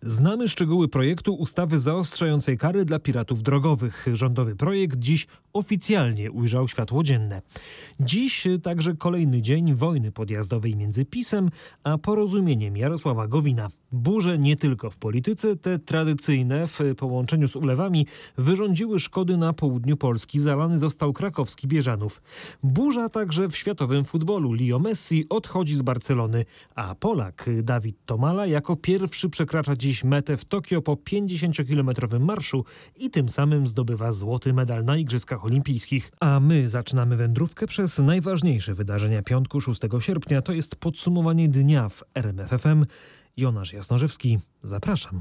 Znamy szczegóły projektu ustawy zaostrzającej kary dla piratów drogowych. Rządowy projekt dziś oficjalnie ujrzał światło dzienne. Dziś także kolejny dzień wojny podjazdowej między PiS-em a Porozumieniem Jarosława Gowina. Burze nie tylko w polityce, te tradycyjne w połączeniu z ulewami wyrządziły szkody na południu Polski. Zalany został krakowski Bieżanów. Burza także w światowym futbolu. Leo Messi odchodzi z Barcelony, a Polak Dawid Tomala jako pierwszy przekracza dziś metę w Tokio po 50-kilometrowym marszu i tym samym zdobywa złoty medal na Igrzyskach Olimpijskich. A my zaczynamy wędrówkę przez najważniejsze wydarzenia piątku 6 sierpnia. To jest podsumowanie dnia w RMF FM. Jonasz Jasnorzewski, zapraszam.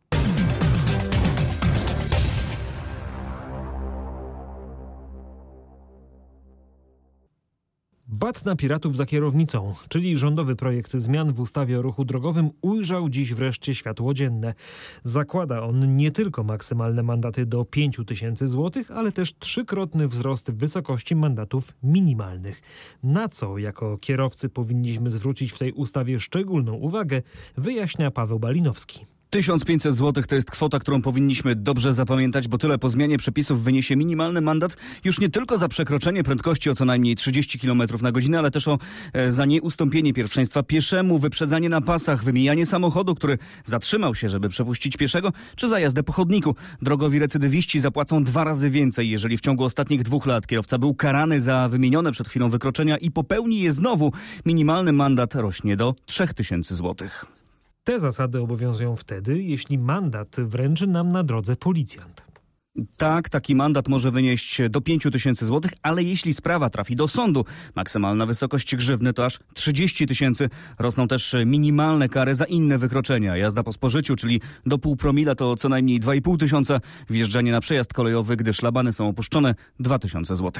Bat na piratów za kierownicą, czyli rządowy projekt zmian w ustawie o ruchu drogowym ujrzał dziś wreszcie światło dzienne. Zakłada on nie tylko maksymalne mandaty do 5 000 złotych, ale też trzykrotny wzrost wysokości mandatów minimalnych. Na co jako kierowcy powinniśmy zwrócić w tej ustawie szczególną uwagę, wyjaśnia Paweł Balinowski. 1500 zł to jest kwota, którą powinniśmy dobrze zapamiętać, bo tyle po zmianie przepisów wyniesie minimalny mandat już nie tylko za przekroczenie prędkości o co najmniej 30 km na godzinę, ale też za nieustąpienie pierwszeństwa pieszemu, wyprzedzanie na pasach, wymijanie samochodu, który zatrzymał się, żeby przepuścić pieszego, czy za jazdę po chodniku. Drogowi recydywiści zapłacą 2 razy więcej, jeżeli w ciągu ostatnich 2 lat kierowca był karany za wymienione przed chwilą wykroczenia i popełni je znowu. Minimalny mandat rośnie do 3000 zł. Te zasady obowiązują wtedy, jeśli mandat wręczy nam na drodze policjant. Tak, taki mandat może wynieść do 5000 zł, ale jeśli sprawa trafi do sądu, maksymalna wysokość grzywny to aż 30 000. Rosną też minimalne kary za inne wykroczenia. Jazda po spożyciu, czyli do pół promila to co najmniej 2500. Wjeżdżanie na przejazd kolejowy, gdy szlabany są opuszczone, 2000 zł.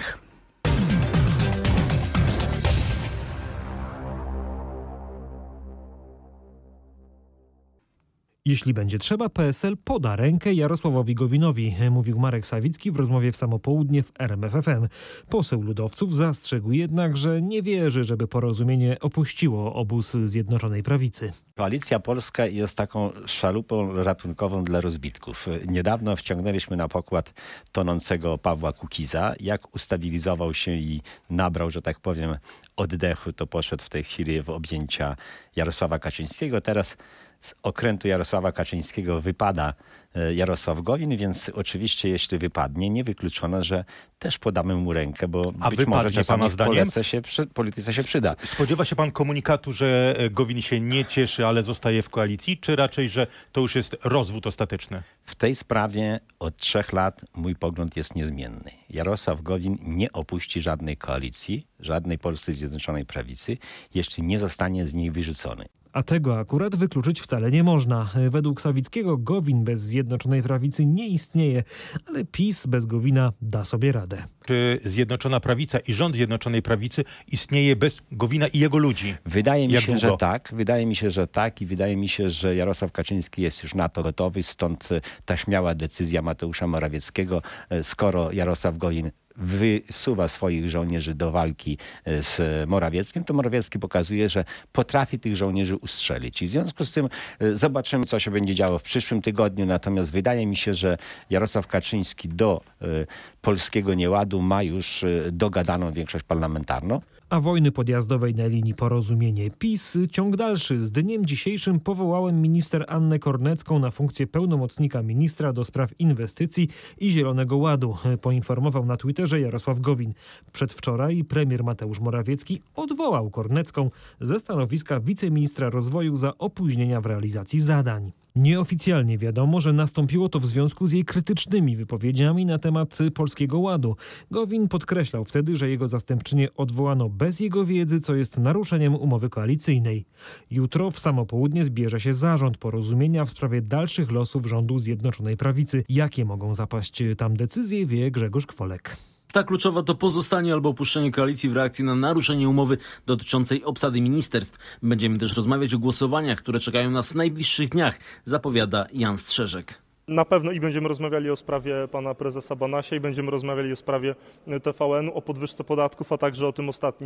Jeśli będzie trzeba, PSL poda rękę Jarosławowi Gowinowi, mówił Marek Sawicki w rozmowie w Samo Południe w RMF FM. Poseł ludowców zastrzegł jednak, że nie wierzy, żeby Porozumienie opuściło obóz Zjednoczonej Prawicy. Koalicja Polska jest taką szalupą ratunkową dla rozbitków. Niedawno wciągnęliśmy na pokład tonącego Pawła Kukiza. Jak ustabilizował się i nabrał, że tak powiem, oddechu, to poszedł w tej chwili w objęcia Jarosława Kaczyńskiego. Teraz z okrętu Jarosława Kaczyńskiego wypada Jarosław Gowin, więc oczywiście jeśli wypadnie, niewykluczone, że też podamy mu rękę, bo być może czasami w polityce się przyda. Spodziewa się pan komunikatu, że Gowin się nie cieszy, ale zostaje w koalicji, czy raczej, że to już jest rozwód ostateczny? W tej sprawie od 3 lat mój pogląd jest niezmienny. Jarosław Gowin nie opuści żadnej koalicji, żadnej Polskiej Zjednoczonej Prawicy, jeśli nie zostanie z niej wyrzucony. A tego akurat wykluczyć wcale nie można. Według Sawickiego Gowin bez Zjednoczonej Prawicy nie istnieje, ale PiS bez Gowina da sobie radę. Czy Zjednoczona Prawica i rząd Zjednoczonej Prawicy istnieje bez Gowina i jego ludzi? Wydaje mi się, że tak. Wydaje mi się, że tak i wydaje mi się, że Jarosław Kaczyński jest już na to gotowy, stąd ta śmiała decyzja Mateusza Morawieckiego, skoro Jarosław Gowin wysuwa swoich żołnierzy do walki z Morawieckim, to Morawiecki pokazuje, że potrafi tych żołnierzy ustrzelić. I w związku z tym zobaczymy, co się będzie działo w przyszłym tygodniu. Natomiast wydaje mi się, że Jarosław Kaczyński do polskiego nieładu ma już dogadaną większość parlamentarną. A wojny podjazdowej na linii Porozumienie PiS ciąg dalszy. Z dniem dzisiejszym powołałem minister Annę Kornecką na funkcję pełnomocnika ministra do spraw inwestycji i Zielonego Ładu, poinformował na Twitterze Jarosław Gowin. Przedwczoraj premier Mateusz Morawiecki odwołał Kornecką ze stanowiska wiceministra rozwoju za opóźnienia w realizacji zadań. Nieoficjalnie wiadomo, że nastąpiło to w związku z jej krytycznymi wypowiedziami na temat Polskiego Ładu. Gowin podkreślał wtedy, że jego zastępczynię odwołano bez jego wiedzy, co jest naruszeniem umowy koalicyjnej. Jutro w Samo Południe zbierze się zarząd Porozumienia w sprawie dalszych losów rządu Zjednoczonej Prawicy. Jakie mogą zapaść tam decyzje, wie Grzegorz Kwolek. Ta kluczowa to pozostanie albo opuszczenie koalicji w reakcji na naruszenie umowy dotyczącej obsady ministerstw. Będziemy też rozmawiać o głosowaniach, które czekają nas w najbliższych dniach, zapowiada Jan Strzeżek. Na pewno i będziemy rozmawiali o sprawie pana prezesa Banasia i będziemy rozmawiali o sprawie TVN-u, o podwyżce podatków, a także o tym ostatnim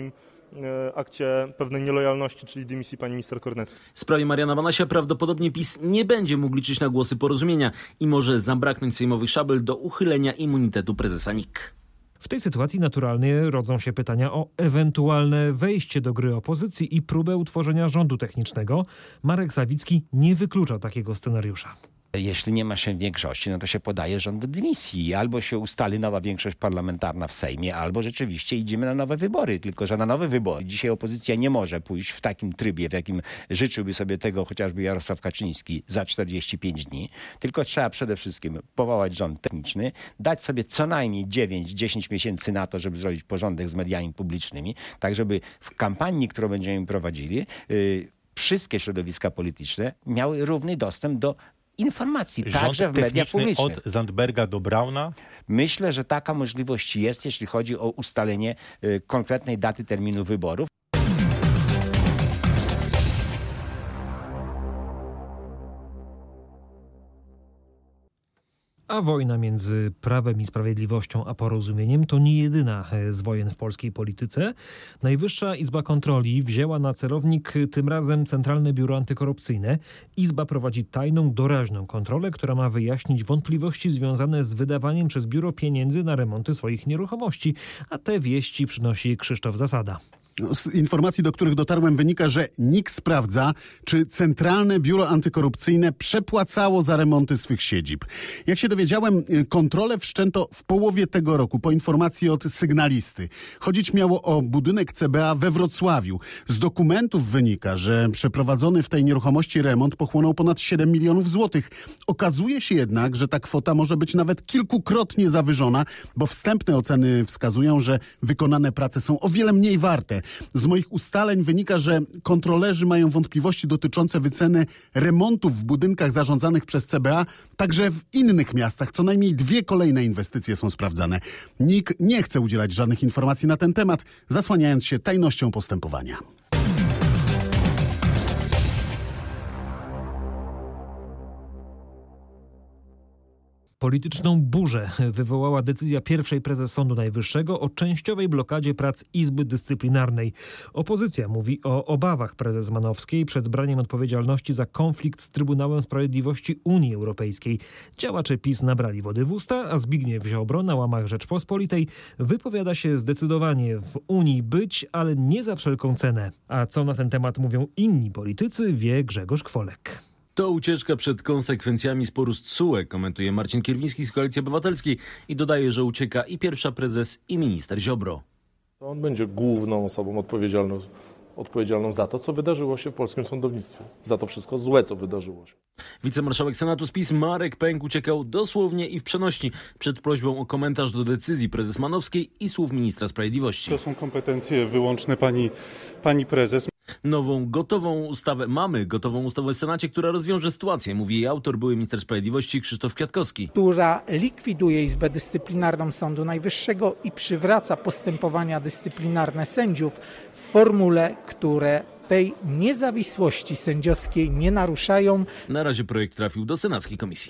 akcie pewnej nielojalności, czyli dymisji pani minister Korneckiej. W sprawie Mariana Banasia prawdopodobnie PiS nie będzie mógł liczyć na głosy porozumienia i może zabraknąć sejmowych szabel do uchylenia immunitetu prezesa NIK. W tej sytuacji naturalnie rodzą się pytania o ewentualne wejście do gry opozycji i próbę utworzenia rządu technicznego. Marek Sawicki nie wyklucza takiego scenariusza. Jeśli nie ma się większości, no to się podaje rząd do dymisji. Albo się ustali nowa większość parlamentarna w Sejmie, albo rzeczywiście idziemy na nowe wybory. Tylko że na nowe wybory dzisiaj opozycja nie może pójść w takim trybie, w jakim życzyłby sobie tego chociażby Jarosław Kaczyński za 45 dni. Tylko trzeba przede wszystkim powołać rząd techniczny, dać sobie co najmniej 9-10 miesięcy na to, żeby zrobić porządek z mediami publicznymi, tak żeby w kampanii, którą będziemy prowadzili, wszystkie środowiska polityczne miały równy dostęp do informacji, także w mediach publicznych. Od Zandberga do Brauna? Myślę, że taka możliwość jest, jeśli chodzi o ustalenie konkretnej daty terminu wyborów. A wojna między Prawem i Sprawiedliwością a Porozumieniem to nie jedyna z wojen w polskiej polityce. Najwyższa Izba Kontroli wzięła na celownik tym razem Centralne Biuro Antykorupcyjne. Izba prowadzi tajną, doraźną kontrolę, która ma wyjaśnić wątpliwości związane z wydawaniem przez biuro pieniędzy na remonty swoich nieruchomości. A te wieści przynosi Krzysztof Zasada. Z informacji, do których dotarłem, wynika, że NIK sprawdza, czy Centralne Biuro Antykorupcyjne przepłacało za remonty swych siedzib. Jak się dowiedziałem, kontrolę wszczęto w połowie tego roku, po informacji od sygnalisty. Chodzić miało o budynek CBA we Wrocławiu. Z dokumentów wynika, że przeprowadzony w tej nieruchomości remont pochłonął ponad 7 milionów złotych. Okazuje się jednak, że ta kwota może być nawet kilkukrotnie zawyżona, bo wstępne oceny wskazują, że wykonane prace są o wiele mniej warte. Z moich ustaleń wynika, że kontrolerzy mają wątpliwości dotyczące wyceny remontów w budynkach zarządzanych przez CBA, także w innych miastach. Co najmniej 2 kolejne inwestycje są sprawdzane. NIK nie chce udzielać żadnych informacji na ten temat, zasłaniając się tajnością postępowania. Polityczną burzę wywołała decyzja pierwszej prezes Sądu Najwyższego o częściowej blokadzie prac Izby Dyscyplinarnej. Opozycja mówi o obawach prezes Manowskiej przed braniem odpowiedzialności za konflikt z Trybunałem Sprawiedliwości Unii Europejskiej. Działacze PiS nabrali wody w usta, a Zbigniew Ziobro na łamach Rzeczpospolitej wypowiada się zdecydowanie w Unii być, ale nie za wszelką cenę. A co na ten temat mówią inni politycy, wie Grzegorz Kwolek. To ucieczka przed konsekwencjami sporu z TSUE, komentuje Marcin Kierwiński z Koalicji Obywatelskiej i dodaje, że ucieka i pierwsza prezes, i minister Ziobro. On będzie główną osobą odpowiedzialną za to, co wydarzyło się w polskim sądownictwie. Za to wszystko złe, co wydarzyło się. Wicemarszałek Senatu z PiS Marek Pęk uciekał dosłownie i w przenośni przed prośbą o komentarz do decyzji prezes Manowskiej i słów ministra sprawiedliwości. To są kompetencje wyłączne pani prezes. Mamy gotową ustawę w Senacie, która rozwiąże sytuację, mówi jej autor, były minister sprawiedliwości Krzysztof Kwiatkowski. Która likwiduje Izbę Dyscyplinarną Sądu Najwyższego i przywraca postępowania dyscyplinarne sędziów w formule, które tej niezawisłości sędziowskiej nie naruszają. Na razie projekt trafił do senackiej komisji.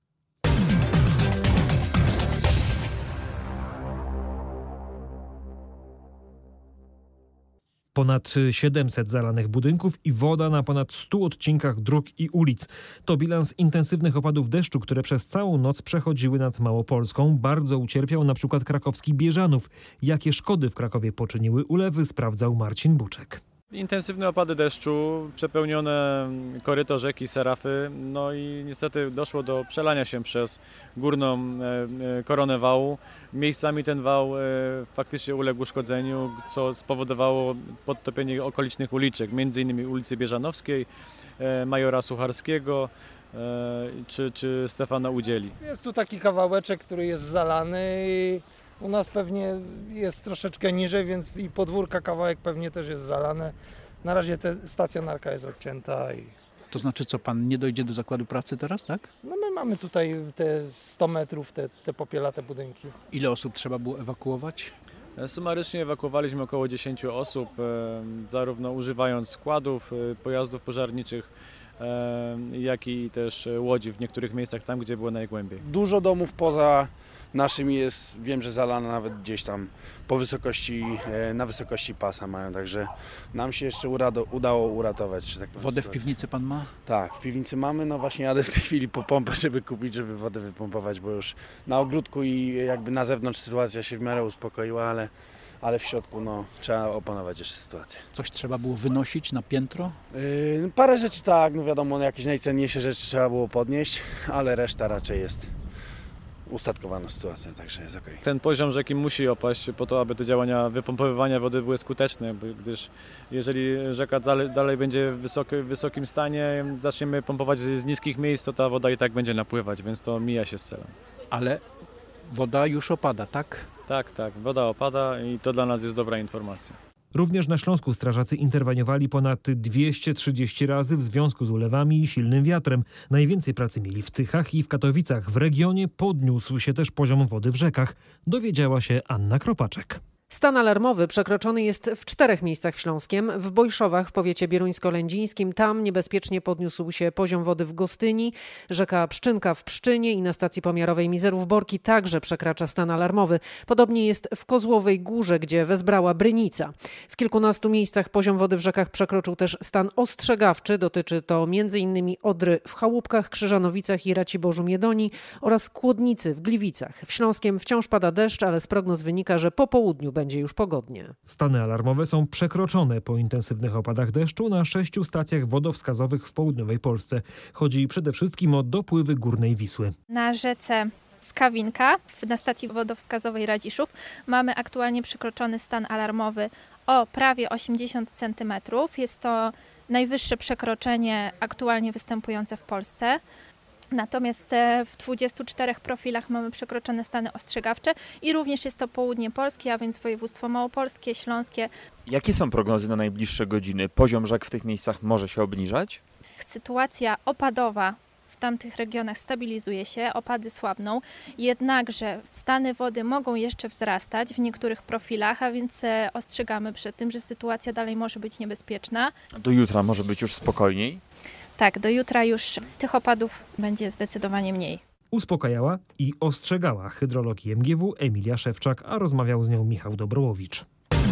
Ponad 700 zalanych budynków i woda na ponad 100 odcinkach dróg i ulic. To bilans intensywnych opadów deszczu, które przez całą noc przechodziły nad Małopolską. Bardzo ucierpiał na przykład krakowski Bieżanów. Jakie szkody w Krakowie poczyniły ulewy, sprawdzał Marcin Buczek. Intensywne opady deszczu, przepełnione koryto rzeki Serafy, no i niestety doszło do przelania się przez górną koronę wału. Miejscami ten wał faktycznie uległ uszkodzeniu, co spowodowało podtopienie okolicznych uliczek, m.in. ulicy Bieżanowskiej, Majora Sucharskiego czy Stefana Udzieli. Jest tu taki kawałeczek, który jest zalany i u nas pewnie jest troszeczkę niżej, więc i podwórka kawałek pewnie też jest zalany. Na razie stacjonarka jest odcięta. To znaczy co, pan nie dojdzie do zakładu pracy teraz, tak? No my mamy tutaj te 100 metrów, te popielate budynki. Ile osób trzeba było ewakuować? Sumarycznie ewakuowaliśmy około 10 osób, zarówno używając składów, pojazdów pożarniczych, jak i też łodzi w niektórych miejscach tam, gdzie było najgłębiej. Dużo domów poza naszymi jest, wiem, że zalane nawet gdzieś tam po wysokości, na wysokości pasa mają, także nam się jeszcze udało uratować. Że tak powiem, Wodę w piwnicy pan ma? Tak, w piwnicy mamy, no właśnie jadę w tej chwili po pompę, żeby kupić, żeby wodę wypompować, bo już na ogródku i jakby na zewnątrz sytuacja się w miarę uspokoiła, ale w środku trzeba opanować jeszcze sytuację. Coś trzeba było wynosić na piętro? Parę rzeczy tak, no wiadomo, jakieś najcenniejsze rzeczy trzeba było podnieść, ale reszta raczej jest ustatkowana sytuacja, także jest okej. Ten poziom rzeki musi opaść po to, aby te działania wypompowywania wody były skuteczne, gdyż jeżeli rzeka dalej będzie w wysokim stanie, zaczniemy pompować z niskich miejsc, to ta woda i tak będzie napływać, więc to mija się z celem. Ale woda już opada, tak? Tak, woda opada i to dla nas jest dobra informacja. Również na Śląsku strażacy interweniowali ponad 230 razy w związku z ulewami i silnym wiatrem. Najwięcej pracy mieli w Tychach i w Katowicach. W regionie podniósł się też poziom wody w rzekach. Dowiedziała się Anna Kropaczek. Stan alarmowy przekroczony jest w 4 miejscach w Śląskiem. W Bojszowach w powiecie bieruńsko-lędzińskim. Tam niebezpiecznie podniósł się poziom wody w Gostyni. Rzeka Pszczynka w Pszczynie i na stacji pomiarowej Mizerów Borki także przekracza stan alarmowy. Podobnie jest w Kozłowej Górze, gdzie wezbrała Brynica. W kilkunastu miejscach poziom wody w rzekach przekroczył też stan ostrzegawczy. Dotyczy to m.in. Odry w Chałupkach, Krzyżanowicach i Raciborzu Miedonii oraz Kłodnicy w Gliwicach. W Śląskiem wciąż pada deszcz, ale z prognoz wynika, że po południu będzie już pogodnie. Stany alarmowe są przekroczone po intensywnych opadach deszczu na 6 stacjach wodowskazowych w południowej Polsce. Chodzi przede wszystkim o dopływy Górnej Wisły. Na rzece Skawinka, na stacji wodowskazowej Radziszów, mamy aktualnie przekroczony stan alarmowy o prawie 80 cm. Jest to najwyższe przekroczenie aktualnie występujące w Polsce. Natomiast w 24 profilach mamy przekroczone stany ostrzegawcze i również jest to południe Polski, a więc województwo małopolskie, śląskie. Jakie są prognozy na najbliższe godziny? Poziom rzek w tych miejscach może się obniżać? Sytuacja opadowa w tamtych regionach stabilizuje się, opady słabną, jednakże stany wody mogą jeszcze wzrastać w niektórych profilach, a więc ostrzegamy przed tym, że sytuacja dalej może być niebezpieczna. Do jutra może być już spokojniej? Tak, do jutra już tych opadów będzie zdecydowanie mniej. Uspokajała i ostrzegała hydrolog MGW Emilia Szewczak, a rozmawiał z nią Michał Dobrołowicz.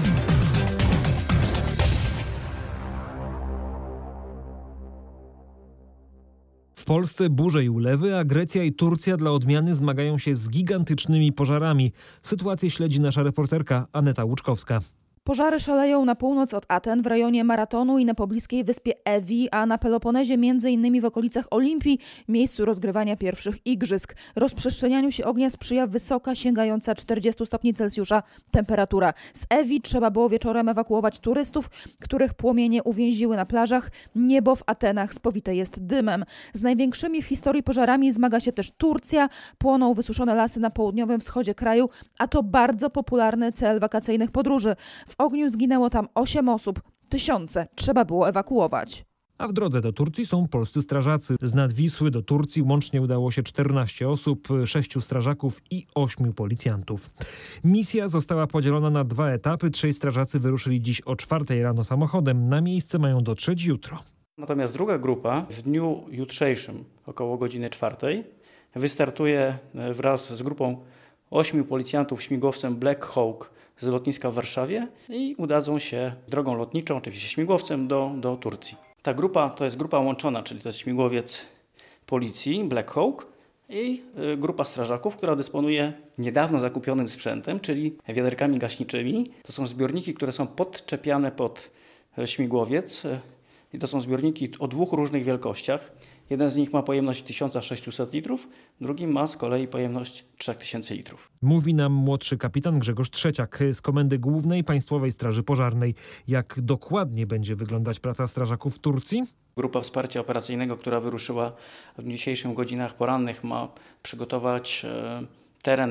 W Polsce burze i ulewy, a Grecja i Turcja dla odmiany zmagają się z gigantycznymi pożarami. Sytuację śledzi nasza reporterka Aneta Łuczkowska. Pożary szaleją na północ od Aten, w rejonie Maratonu i na pobliskiej wyspie Ewi, a na Peloponezie m.in. w okolicach Olimpii, miejscu rozgrywania pierwszych igrzysk. Rozprzestrzenianiu się ognia sprzyja wysoka, sięgająca 40 stopni Celsjusza temperatura. Z Ewi trzeba było wieczorem ewakuować turystów, których płomienie uwięziły na plażach. Niebo w Atenach spowite jest dymem. Z największymi w historii pożarami zmaga się też Turcja. Płoną wysuszone lasy na południowym wschodzie kraju, a to bardzo popularny cel wakacyjnych podróży. W ogniu zginęło tam 8 osób. Tysiące trzeba było ewakuować. A w drodze do Turcji są polscy strażacy. Z nad Wisły do Turcji łącznie udało się 14 osób, 6 strażaków i 8 policjantów. Misja została podzielona na 2 etapy. 3 strażacy wyruszyli dziś o 4 rano samochodem. Na miejsce mają dotrzeć jutro. Natomiast druga grupa w dniu jutrzejszym, około godziny 4, wystartuje wraz z grupą 8 policjantów śmigłowcem Black Hawk z lotniska w Warszawie i udadzą się drogą lotniczą, oczywiście śmigłowcem, do Turcji. Ta grupa to jest grupa łączona, czyli to jest śmigłowiec policji Black Hawk i grupa strażaków, która dysponuje niedawno zakupionym sprzętem, czyli wiaderkami gaśniczymi. To są zbiorniki, które są podczepiane pod śmigłowiec i to są zbiorniki o 2 różnych wielkościach. Jeden z nich ma pojemność 1600 litrów, drugi ma z kolei pojemność 3000 litrów. Mówi nam młodszy kapitan Grzegorz Trzeciak z Komendy Głównej Państwowej Straży Pożarnej. Jak dokładnie będzie wyglądać praca strażaków w Turcji? Grupa wsparcia operacyjnego, która wyruszyła w dzisiejszych godzinach porannych, ma przygotować teren,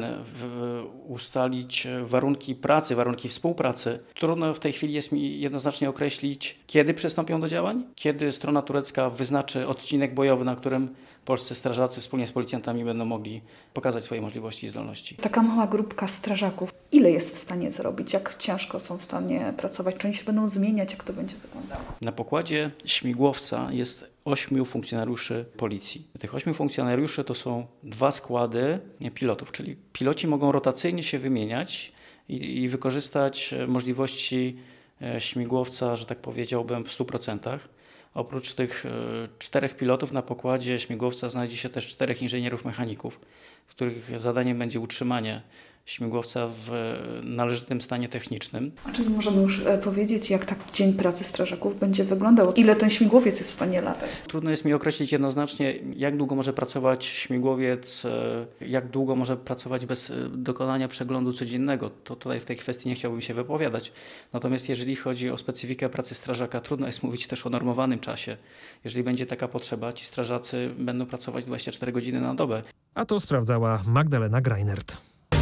ustalić warunki pracy, warunki współpracy. Trudno w tej chwili jest mi jednoznacznie określić, kiedy przystąpią do działań, kiedy strona turecka wyznaczy odcinek bojowy, na którym polscy strażacy wspólnie z policjantami będą mogli pokazać swoje możliwości i zdolności. Taka mała grupka strażaków, ile jest w stanie zrobić? Jak ciężko są w stanie pracować? Czy oni się będą zmieniać? Jak to będzie wyglądało? Na pokładzie śmigłowca jest 8 funkcjonariuszy policji. Tych 8 funkcjonariuszy to są 2 składy pilotów, czyli piloci mogą rotacyjnie się wymieniać i wykorzystać możliwości śmigłowca, że tak powiedziałbym, w 100%. Oprócz tych 4 pilotów na pokładzie śmigłowca znajdzie się też 4 inżynierów mechaników, których zadaniem będzie utrzymanie śmigłowca w należytym stanie technicznym. A czyli możemy już powiedzieć, jak tak dzień pracy strażaków będzie wyglądał? Ile ten śmigłowiec jest w stanie latać? Trudno jest mi określić jednoznacznie, jak długo może pracować śmigłowiec, jak długo może pracować bez dokonania przeglądu codziennego. To tutaj w tej kwestii nie chciałbym się wypowiadać. Natomiast jeżeli chodzi o specyfikę pracy strażaka, trudno jest mówić też o normowanym czasie. Jeżeli będzie taka potrzeba, ci strażacy będą pracować 24 godziny na dobę. A to sprawdzała Magdalena Greinert.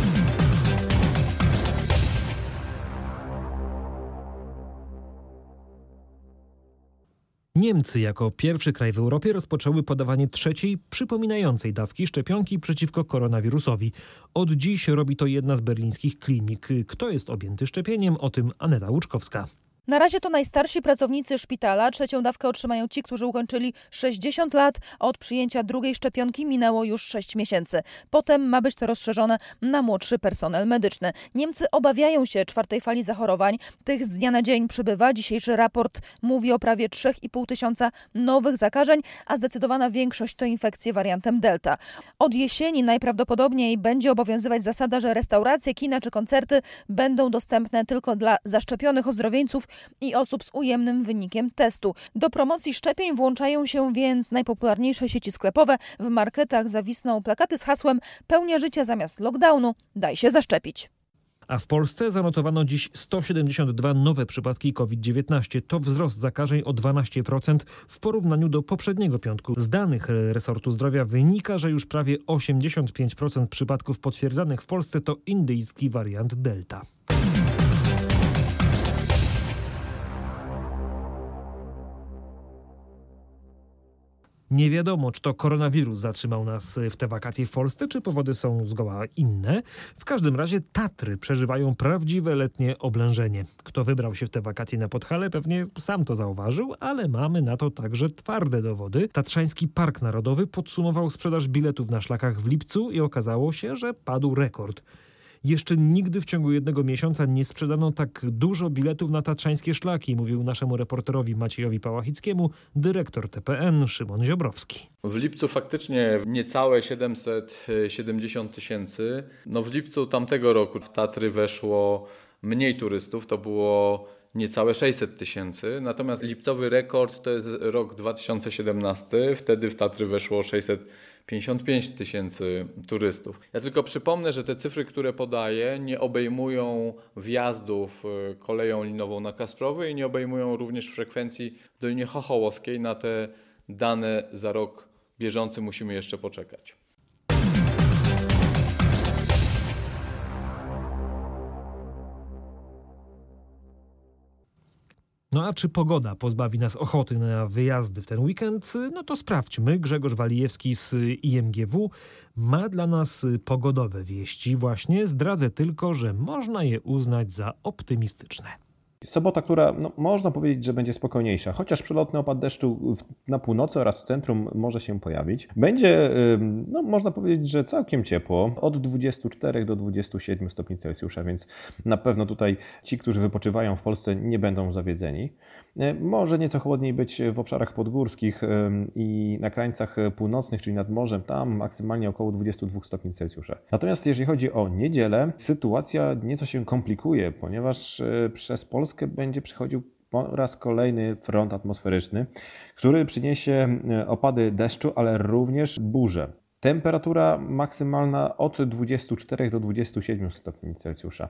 Niemcy jako pierwszy kraj w Europie rozpoczęły podawanie trzeciej, przypominającej dawki szczepionki przeciwko koronawirusowi. Od dziś robi to jedna z berlińskich klinik. Kto jest objęty szczepieniem? O tym Aneta Łuczkowska. Na razie to najstarsi pracownicy szpitala. Trzecią dawkę otrzymają ci, którzy ukończyli 60 lat, a od przyjęcia drugiej szczepionki minęło już 6 miesięcy. Potem ma być to rozszerzone na młodszy personel medyczny. Niemcy obawiają się czwartej fali zachorowań. Tych z dnia na dzień przybywa. Dzisiejszy raport mówi o prawie 3,5 tysiąca nowych zakażeń, a zdecydowana większość to infekcje wariantem Delta. Od jesieni najprawdopodobniej będzie obowiązywać zasada, że restauracje, kina czy koncerty będą dostępne tylko dla zaszczepionych ozdrowieńców i osób z ujemnym wynikiem testu. Do promocji szczepień włączają się więc najpopularniejsze sieci sklepowe. W marketach zawisną plakaty z hasłem „Pełnia życia zamiast lockdownu, daj się zaszczepić”. A w Polsce zanotowano dziś 172 nowe przypadki COVID-19. To wzrost zakażeń o 12% w porównaniu do poprzedniego piątku. Z danych resortu zdrowia wynika, że już prawie 85% przypadków potwierdzanych w Polsce to indyjski wariant Delta. Nie wiadomo, czy to koronawirus zatrzymał nas w te wakacje w Polsce, czy powody są zgoła inne. W każdym razie Tatry przeżywają prawdziwe letnie oblężenie. Kto wybrał się w te wakacje na Podhale, pewnie sam to zauważył, ale mamy na to także twarde dowody. Tatrzański Park Narodowy podsumował sprzedaż biletów na szlakach w lipcu i okazało się, że padł rekord. Jeszcze nigdy w ciągu jednego miesiąca nie sprzedano tak dużo biletów na tatrzańskie szlaki, mówił naszemu reporterowi Maciejowi Pałachickiemu dyrektor TPN Szymon Ziobrowski. W lipcu faktycznie niecałe 770 tysięcy. W lipcu tamtego roku w Tatry weszło mniej turystów, to było niecałe 600 tysięcy. Natomiast lipcowy rekord to jest rok 2017, wtedy w Tatry weszło 655 tysięcy turystów. Ja tylko przypomnę, że te cyfry, które podaję, nie obejmują wjazdów koleją linową na Kasprowy i nie obejmują również frekwencji w Dolinie Chochołowskiej. Na te dane za rok bieżący musimy jeszcze poczekać. No a czy pogoda pozbawi nas ochoty na wyjazdy w ten weekend? No to sprawdźmy. Grzegorz Walijewski z IMGW ma dla nas pogodowe wieści. Właśnie zdradzę tylko, że można je uznać za optymistyczne. Sobota, która można powiedzieć, że będzie spokojniejsza, chociaż przelotny opad deszczu na północy oraz w centrum może się pojawić. Będzie, można powiedzieć, że całkiem ciepło, od 24 do 27 stopni Celsjusza, więc na pewno tutaj ci, którzy wypoczywają w Polsce, nie będą zawiedzeni. Może nieco chłodniej być w obszarach podgórskich i na krańcach północnych, czyli nad morzem, tam maksymalnie około 22 stopni Celsjusza. Natomiast jeżeli chodzi o niedzielę, sytuacja nieco się komplikuje, ponieważ przez Polskę będzie przechodził po raz kolejny front atmosferyczny, który przyniesie opady deszczu, ale również burze. Temperatura maksymalna od 24 do 27 stopni Celsjusza.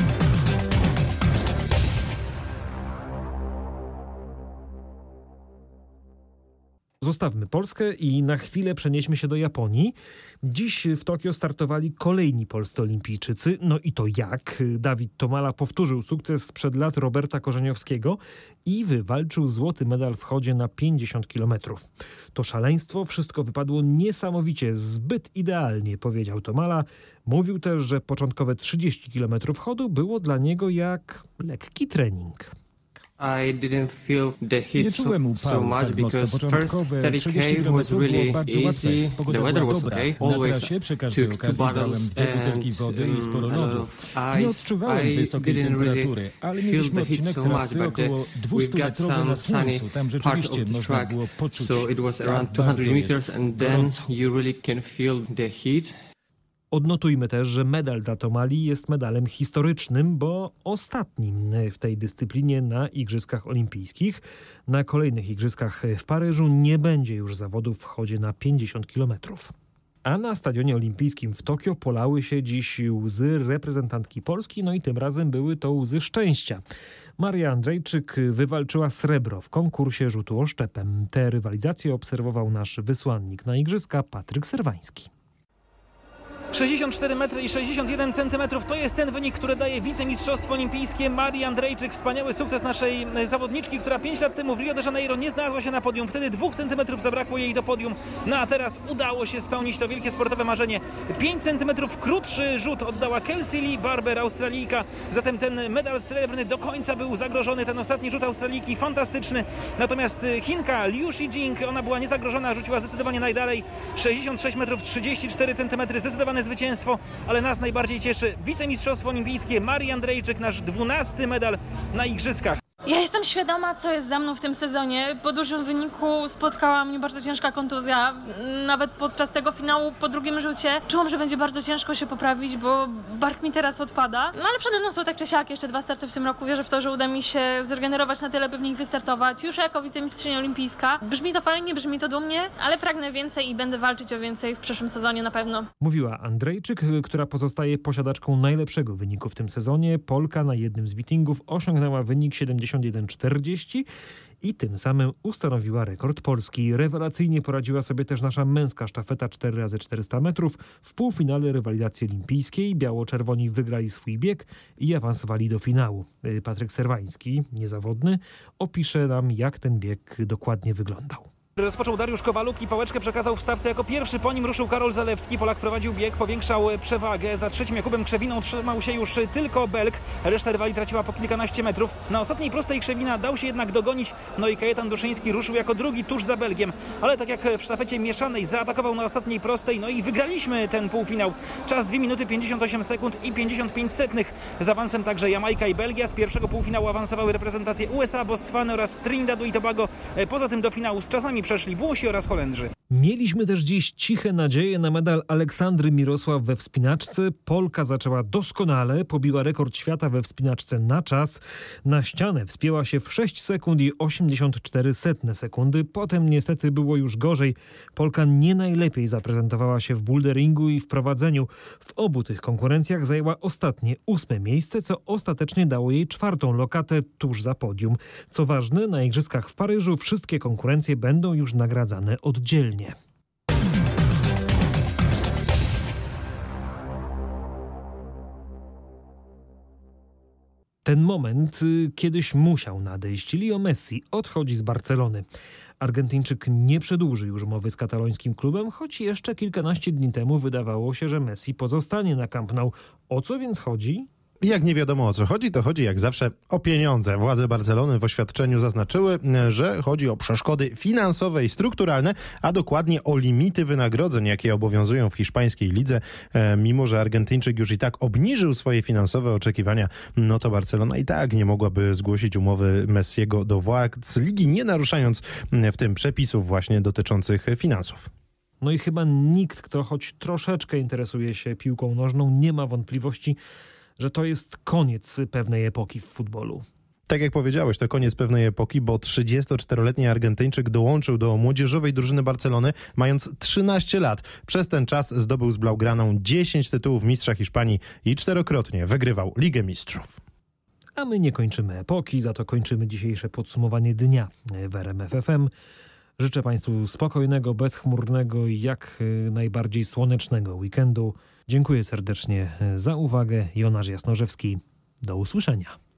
Zostawmy Polskę i na chwilę przenieśmy się do Japonii. Dziś w Tokio startowali kolejni polscy olimpijczycy. No i to jak? Dawid Tomala powtórzył sukces sprzed lat Roberta Korzeniowskiego i wywalczył złoty medal w chodzie na 50 km. To szaleństwo, wszystko wypadło niesamowicie, zbyt idealnie, powiedział Tomala. Mówił też, że początkowe 30 km chodu było dla niego jak lekki trening. Nie czułem upału tak mocno. Początkowe 30 km było bardzo łatwe. Pogoda była dobra. Na trasie przy każdej okazji brałem 2 butelki wody i sporo lodu. Nie odczuwałem wysokiej temperatury, ale mieliśmy odcinek trasy około 200-metrowy na słońcu. Tam rzeczywiście można było poczuć, jak bardzo jest gorąco. Odnotujmy też, że medal dla Tomali jest medalem historycznym, bo ostatnim w tej dyscyplinie na Igrzyskach Olimpijskich. Na kolejnych Igrzyskach w Paryżu nie będzie już zawodów w chodzie na 50 km. A na Stadionie Olimpijskim w Tokio polały się dziś łzy reprezentantki Polski, no i tym razem były to łzy szczęścia. Maria Andrejczyk wywalczyła srebro w konkursie rzutu oszczepem. Tę rywalizację obserwował nasz wysłannik na Igrzyska Patryk Serwański. 64 metry i 61 centymetrów to jest ten wynik, który daje wicemistrzostwo olimpijskie Marii Andrejczyk. Wspaniały sukces naszej zawodniczki, która 5 lat temu w Rio de Janeiro nie znalazła się na podium. Wtedy 2 centymetrów zabrakło jej do podium. No a teraz udało się spełnić to wielkie sportowe marzenie. 5 centymetrów krótszy rzut oddała Kelsey Lee Barber, Australijka. Zatem ten medal srebrny do końca był zagrożony. Ten ostatni rzut Australijki fantastyczny. Natomiast Chinka Liu Shijing, ona była niezagrożona, rzuciła zdecydowanie najdalej. 66 metrów 34 centymetry, zdecydowane zwycięstwo, ale nas najbardziej cieszy wicemistrzostwo olimpijskie Marii Andrejczyk, nasz 12. medal na Igrzyskach. Ja jestem świadoma, co jest za mną w tym sezonie. Po dużym wyniku spotkała mnie bardzo ciężka kontuzja. Nawet podczas tego finału po drugim rzucie czułam, że będzie bardzo ciężko się poprawić, bo bark mi teraz odpada. No ale przede mną są tak czy siak jeszcze 2 starty w tym roku. Wierzę w to, że uda mi się zregenerować na tyle, by w nich wystartować. Już jako wicemistrzyni olimpijska. Brzmi to fajnie, brzmi to dumnie, ale pragnę więcej i będę walczyć o więcej w przyszłym sezonie na pewno. Mówiła Andrejczyk, która pozostaje posiadaczką najlepszego wyniku w tym sezonie. Polka na jednym z meetingów osiągnęła wynik 71,40 i tym samym ustanowiła rekord Polski. Rewelacyjnie poradziła sobie też nasza męska sztafeta 4x400 metrów. W półfinale rywalizacji olimpijskiej biało-czerwoni wygrali swój bieg i awansowali do finału. Patryk Serwański, niezawodny, opisze nam, jak ten bieg dokładnie wyglądał. Rozpoczął Dariusz Kowaluk i pałeczkę przekazał w stawce jako pierwszy. Po nim ruszył Karol Zalewski. Polak prowadził bieg, powiększał przewagę. Za trzecim Jakubem Krzewiną trzymał się już tylko Belg. Reszta rywali traciła po kilkanaście metrów. Na ostatniej prostej Krzewina dał się jednak dogonić. No i Kajetan Duszyński ruszył jako drugi tuż za Belgiem. Ale tak jak w sztafecie mieszanej zaatakował na ostatniej prostej. No i wygraliśmy ten półfinał. Czas 2 minuty 58 sekund i 55 setnych. Z awansem także Jamajka i Belgia. Z pierwszego półfinału awansowały reprezentacje USA, Botswany oraz Trinidadu i Tobago. Poza tym do finału z czasami przeszli Włosi oraz Holendrzy. Mieliśmy też dziś ciche nadzieje na medal Aleksandry Mirosław we wspinaczce. Polka zaczęła doskonale, pobiła rekord świata we wspinaczce na czas. Na ścianę wspięła się w 6 sekund i 84 sekundy. Potem niestety było już gorzej. Polka nie najlepiej zaprezentowała się w boulderingu i w prowadzeniu. W obu tych konkurencjach zajęła ostatnie 8. miejsce, co ostatecznie dało jej 4. lokatę tuż za podium. Co ważne, na Igrzyskach w Paryżu wszystkie konkurencje będą już nagradzane oddzielnie. Ten moment kiedyś musiał nadejść. Leo Messi odchodzi z Barcelony. Argentyńczyk nie przedłuży już umowy z katalońskim klubem, choć jeszcze kilkanaście dni temu wydawało się, że Messi pozostanie na Camp Nou. O co więc chodzi? I jak nie wiadomo o co chodzi, to chodzi jak zawsze o pieniądze. Władze Barcelony w oświadczeniu zaznaczyły, że chodzi o przeszkody finansowe i strukturalne, a dokładnie o limity wynagrodzeń, jakie obowiązują w hiszpańskiej lidze. Mimo że Argentyńczyk już i tak obniżył swoje finansowe oczekiwania, no to Barcelona i tak nie mogłaby zgłosić umowy Messiego do władz ligi, nie naruszając w tym przepisów właśnie dotyczących finansów. No i chyba nikt, kto choć troszeczkę interesuje się piłką nożną, nie ma wątpliwości, że to jest koniec pewnej epoki w futbolu. Tak jak powiedziałeś, to koniec pewnej epoki, bo 34-letni Argentyńczyk dołączył do młodzieżowej drużyny Barcelony, mając 13 lat. Przez ten czas zdobył z Blaugraną 10 tytułów mistrza Hiszpanii i 4-krotnie wygrywał Ligę Mistrzów. A my nie kończymy epoki, za to kończymy dzisiejsze podsumowanie dnia w RMF FM. Życzę Państwu spokojnego, bezchmurnego i jak najbardziej słonecznego weekendu. Dziękuję serdecznie za uwagę. Jonasz Jasnorzewski. Do usłyszenia.